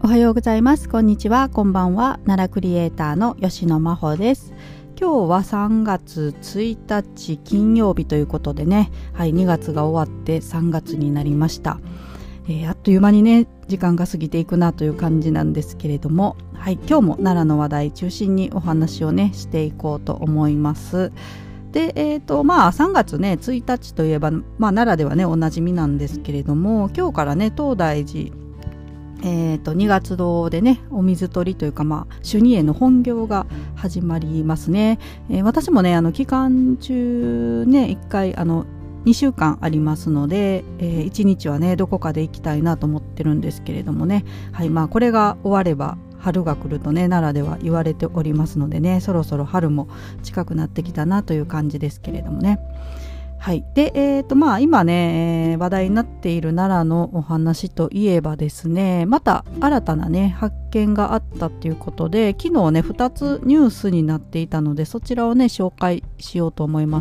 おはようございます。こんにちは。こんばんは。奈良クリエイターの吉野真帆です。今日は3月1日金曜日ということでね、2月が終わって3月になりました。あっという間にね、時間が過ぎていくなという感じなんですけれども、今日も奈良の話題中心にお話をね、していこうと思います。で、3月ね、1日といえば、奈良ではね、おなじみなんですけれども、今日からね、東大寺2月堂でねお水取りというか、修二会の本行が始まりますね。私もね期間中ね1回2週間ありますので、1日はねどこかで行きたいなと思ってるんですけれどもね、これが終われば春が来るとね奈良では言われておりますのでね、そろそろ春も近くなってきたなという感じですけれどもね。で、今ね、話題になっている奈良のお話といえばですね、また新たなね発見があったということで、昨日ね2つニュースになっていたので、そちらをね紹介しようと思います。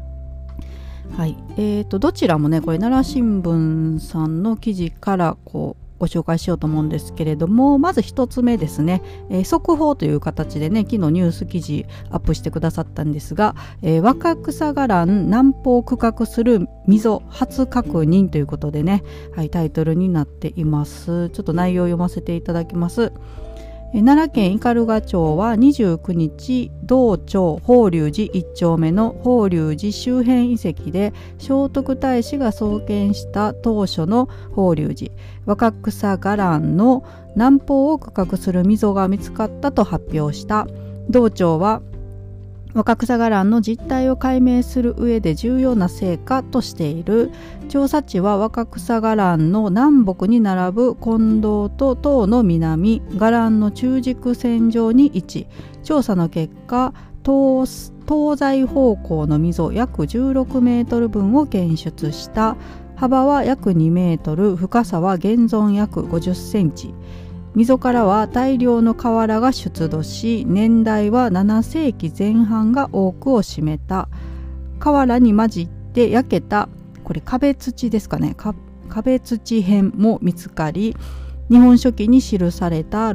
どちらもねこれ奈良新聞さんの記事からご紹介しようと思うんですけれども、まず一つ目ですね、速報という形でね昨日ニュース記事アップしてくださったんですが、若草伽藍南方区画する溝初確認ということでね、タイトルになっています。ちょっと内容を読ませていただきます。奈良県斑鳩町は29日、道町法隆寺1丁目の法隆寺周辺遺跡で聖徳太子が創建した当初の法隆寺若草伽藍の南方を区画する溝が見つかったと発表した。道町は若草伽藍の実態を解明する上で重要な成果としている。調査地は若草伽藍の南北に並ぶ金堂と塔の南、伽藍の中軸線上に位置。調査の結果、東西方向の溝約16メートル分を検出した。幅は約2メートル、深さは現存約50センチ。溝からは大量の瓦が出土し、年代は7世紀前半が多くを占めた。瓦に混じって焼けたこれ壁土ですかね、壁土片も見つかり、日本書紀に記された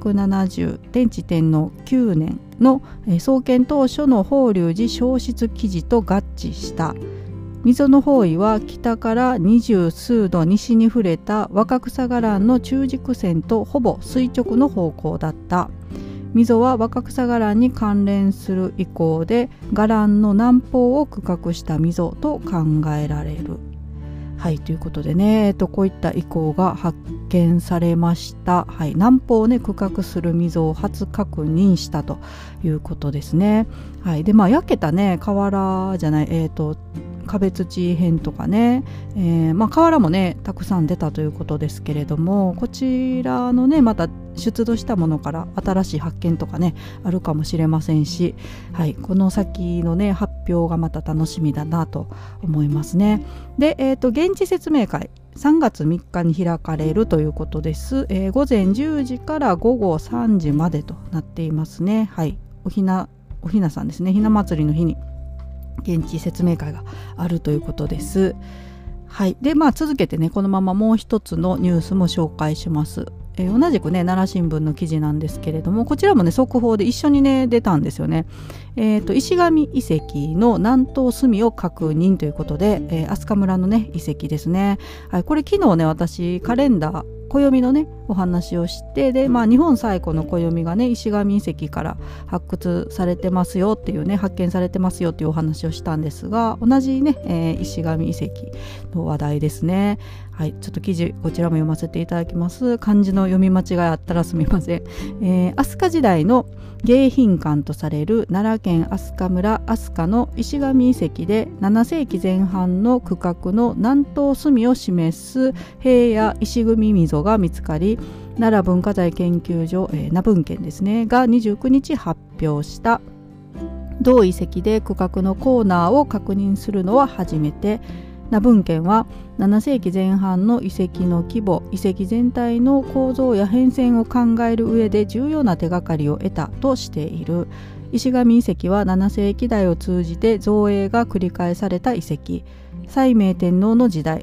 670天智天皇9年の創建当初の法隆寺消失記事と合致した。溝の方位は北から20数度西に触れた若草伽藍の中軸線とほぼ垂直の方向だった。溝は若草伽藍に関連する遺構で、伽藍の南方を区画した溝と考えられる。ということでね、こういった遺構が発見されました。南方をね区画する溝を初確認したということですね。で焼けたね瓦じゃない壁土片とかね、瓦もねたくさん出たということですけれども、こちらのねまた出土したものから新しい発見とかねあるかもしれませんし、この先のね発表がまた楽しみだなと思いますね。で、現地説明会3月3日に開かれるということです。午前10時から午後3時までとなっていますね。おひなさんですね、ひな祭りの日に現地説明会があるということです。で続けてねこのままもう一つのニュースも紹介します。同じくね奈良新聞の記事なんですけれども、こちらもね速報で一緒にね出たんですよね。石神遺跡の南東隅を確認ということで、飛鳥村のね遺跡ですね。これ昨日ね私カレンダー暦のねお話をして、で日本最古の暦がね石神遺跡から発掘されてますよっていうね、発見されてますよっていうお話をしたんですが、同じね、石神遺跡の話題ですね。ちょっと記事こちらも読ませていただきます。漢字の読み間違いあったらすみません。飛鳥時代の迎賓館とされる奈良県飛鳥村飛鳥の石神遺跡で7世紀前半の区画の南東隅を示す塀や石組み溝が見つかり、奈良文化財研究所、奈文県ですねが29日発表した。同遺跡で区画のコーナーを確認するのは初めて。奈文県は7世紀前半の遺跡の規模、遺跡全体の構造や変遷を考える上で重要な手がかりを得たとしている。石神遺跡は7世紀代を通じて造営が繰り返された遺跡。 斉明天皇の時代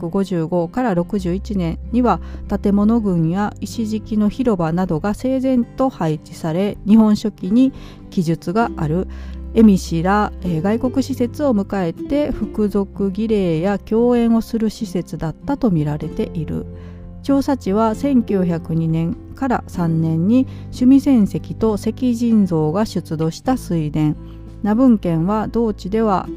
655から61年には建物群や石敷の広場などが整然と配置され、日本書紀に記述がある蝦夷ら、外国使節を迎えて服属儀礼や供宴をする施設だったと見られている。調査地は1902年から3年に須弥山石と石人像が出土した水田。那文県は同地では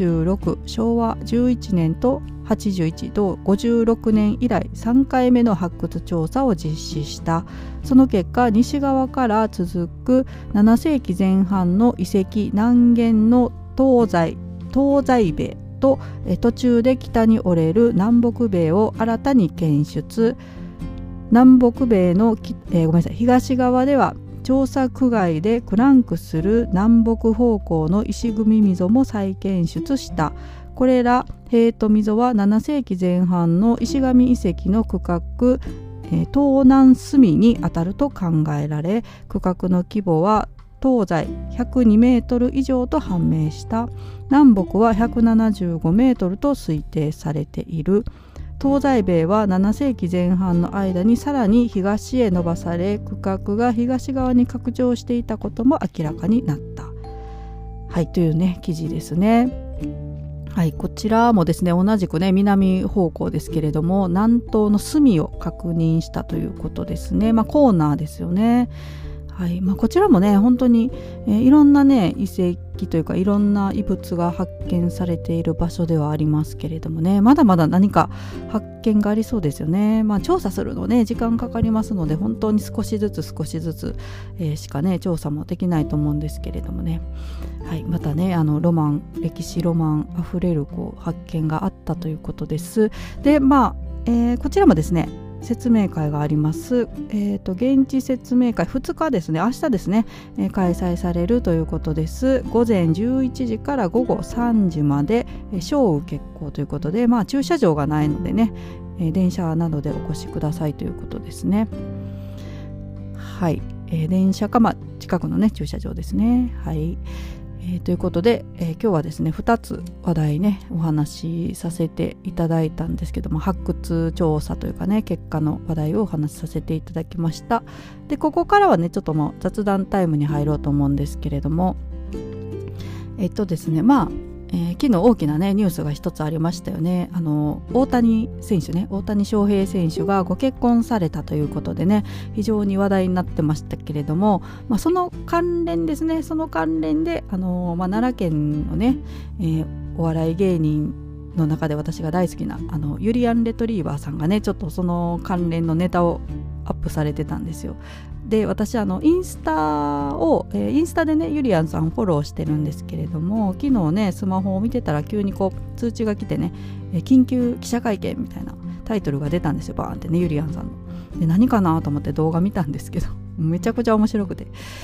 36、昭和11年と81同56年以来3回目の発掘調査を実施した。その結果、西側から続く7世紀前半の遺跡南限の東西米と途中で北に折れる南北米を新たに検出。南北米の、東側では調査区外でクランクする南北方向の石組み溝も再検出した。これら平と溝は7世紀前半の石神遺跡の区画、東南隅にあたると考えられ、区画の規模は東西102メートル以上と判明した。南北は175メートルと推定されている。東西米は7世紀前半の間にさらに東へ伸ばされ、区画が東側に拡張していたことも明らかになった。はい、というね記事ですね。はい、こちらもですね、同じくね南方向ですけれども、南東の隅を確認したということですね。コーナーですよね。はい、こちらもね本当に、いろんなね遺跡というかいろんな遺物が発見されている場所ではありますけれどもね、まだまだ何か発見がありそうですよね。調査するのね時間かかりますので、本当に少しずつ、しかね調査もできないと思うんですけれどもね、はい、またね歴史ロマンあふれる発見があったということです。でこちらもですね説明会があります。現地説明会2日ですね、明日ですね、開催されるということです。午前11時から午後3時まで小雨決行ということで、駐車場がないのでね、電車などでお越しくださいということですね。はい、電車か近くのね駐車場ですね。はい、ということで、今日はですね2つ話題ねお話しさせていただいたんですけども、発掘調査というかね結果の話題をお話しさせていただきました。でここからはねちょっともう雑談タイムに入ろうと思うんですけれども、ですね昨日大きなねニュースが一つありましたよね。大谷翔平選手がご結婚されたということでね、非常に話題になってましたけれども、その関連ですね、その関連で奈良県のね、お笑い芸人の中で私が大好きなユリアン・レトリーバーさんがねちょっとその関連のネタをアップされてたんですよ。で私インスタでねユリアンさんフォローしてるんですけれども、昨日ねスマホを見てたら急に通知が来てね、緊急記者会見みたいなタイトルが出たんですよ。バーンってねユリアンさんので、何かなと思って動画見たんですけどめちゃくちゃ面白くて、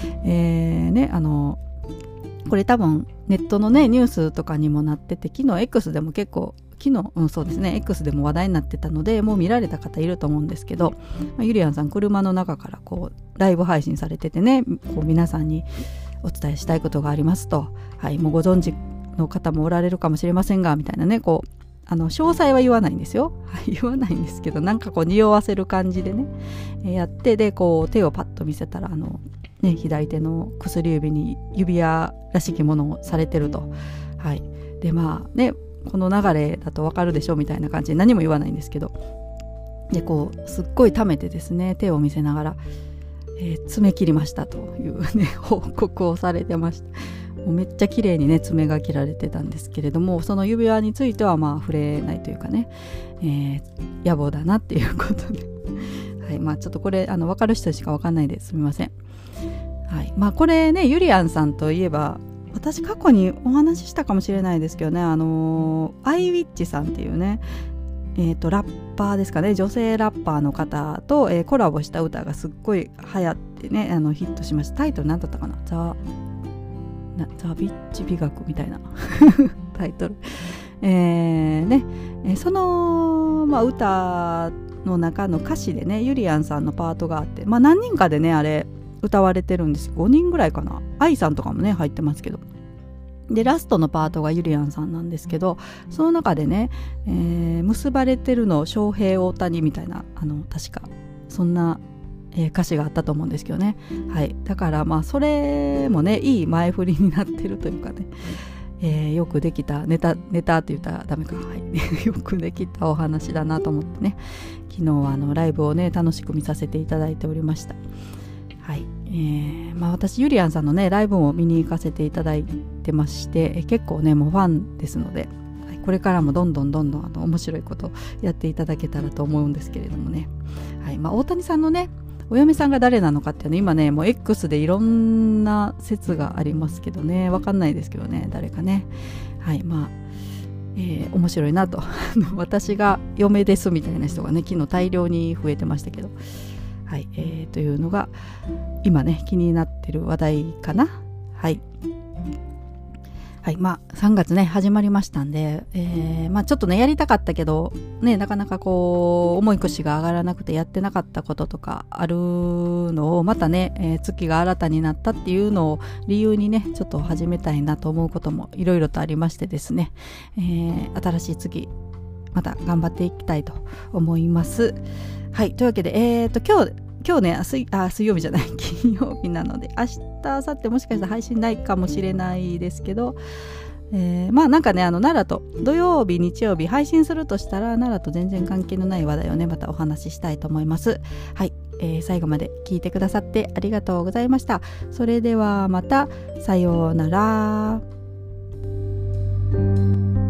これ多分ネットのねニュースとかにもなってて、昨日 X でも結構そうですね X でも話題になってたので、もう見られた方いると思うんですけど、ユリアンさん車の中からライブ配信されててね、皆さんにお伝えしたいことがありますと、はい、もうご存知の方もおられるかもしれませんがみたいなね詳細は言わないんですよ、はい、言わないんですけど、なんか匂わせる感じでね、やってで手をパッと見せたら左手の薬指に指輪らしきものをされてると、はい、でこの流れだとわかるでしょみたいな感じで何も言わないんですけど、ですっごい溜めてですね手を見せながら、爪切りましたというね報告をされてました。もうめっちゃ綺麗にね爪が切られてたんですけれども、その指輪については触れないというかね、野暮だなっていうことではい、ちょっとこれ分かる人しか分かんないですみません。はい、これねユリアンさんといえば私過去にお話ししたかもしれないですけどね、アイウィッチさんっていうね、ラッパーですかね、女性ラッパーの方と、コラボした歌がすっごい流行ってねヒットしました。タイトル何だったかな、ザ・ビッチ美学みたいなタイトル、その、歌の中の歌詞でねユリアンさんのパートがあって、何人かでねあれ歌われてるんです。5人ぐらいかな、愛さんとかもね入ってますけど、 でラストのパートがゆりやんさんなんですけど、その中でね、結ばれてるの翔平大谷みたいな確かそんな、歌詞があったと思うんですけどね。はい、だからまあそれもねいい前振りになってるというかね、よくできたネタって言ったらダメか、はい、よくできたお話だなと思ってね、昨日はライブをね楽しく見させていただいておりました。はい、まあ、私ゆりやんさんのねライブも見に行かせていただいてまして、結構ねもうファンですので、はい、これからもどんどん面白いことやっていただけたらと思うんですけれどもね、はい、まあ、大谷さんのねお嫁さんが誰なのかっていうの今ねもう X でいろんな説がありますけどね、わかんないですけどね誰かね、はい、まあ面白いなと私が嫁ですみたいな人がね昨日大量に増えてましたけど、はい、というのが今ね気になってる話題かな。はい、はい、まあ3月ね始まりましたんで、まあちょっとねやりたかったけどねなかなかこう重い腰が上がらなくてやってなかったこととかあるのをまたね、月が新たになったっていうのを理由にねちょっと始めたいなと思うこともいろいろとありましてですね、新しい月また頑張っていきたいと思います。はい、というわけで今日ね水曜日じゃない金曜日なので明日明後日もしかしたら配信ないかもしれないですけど、まあなんかね奈良と土曜日日曜日配信するとしたら奈良と全然関係のない話題をねまたお話ししたいと思います。はい、最後まで聞いてくださってありがとうございました。それではまたさようなら。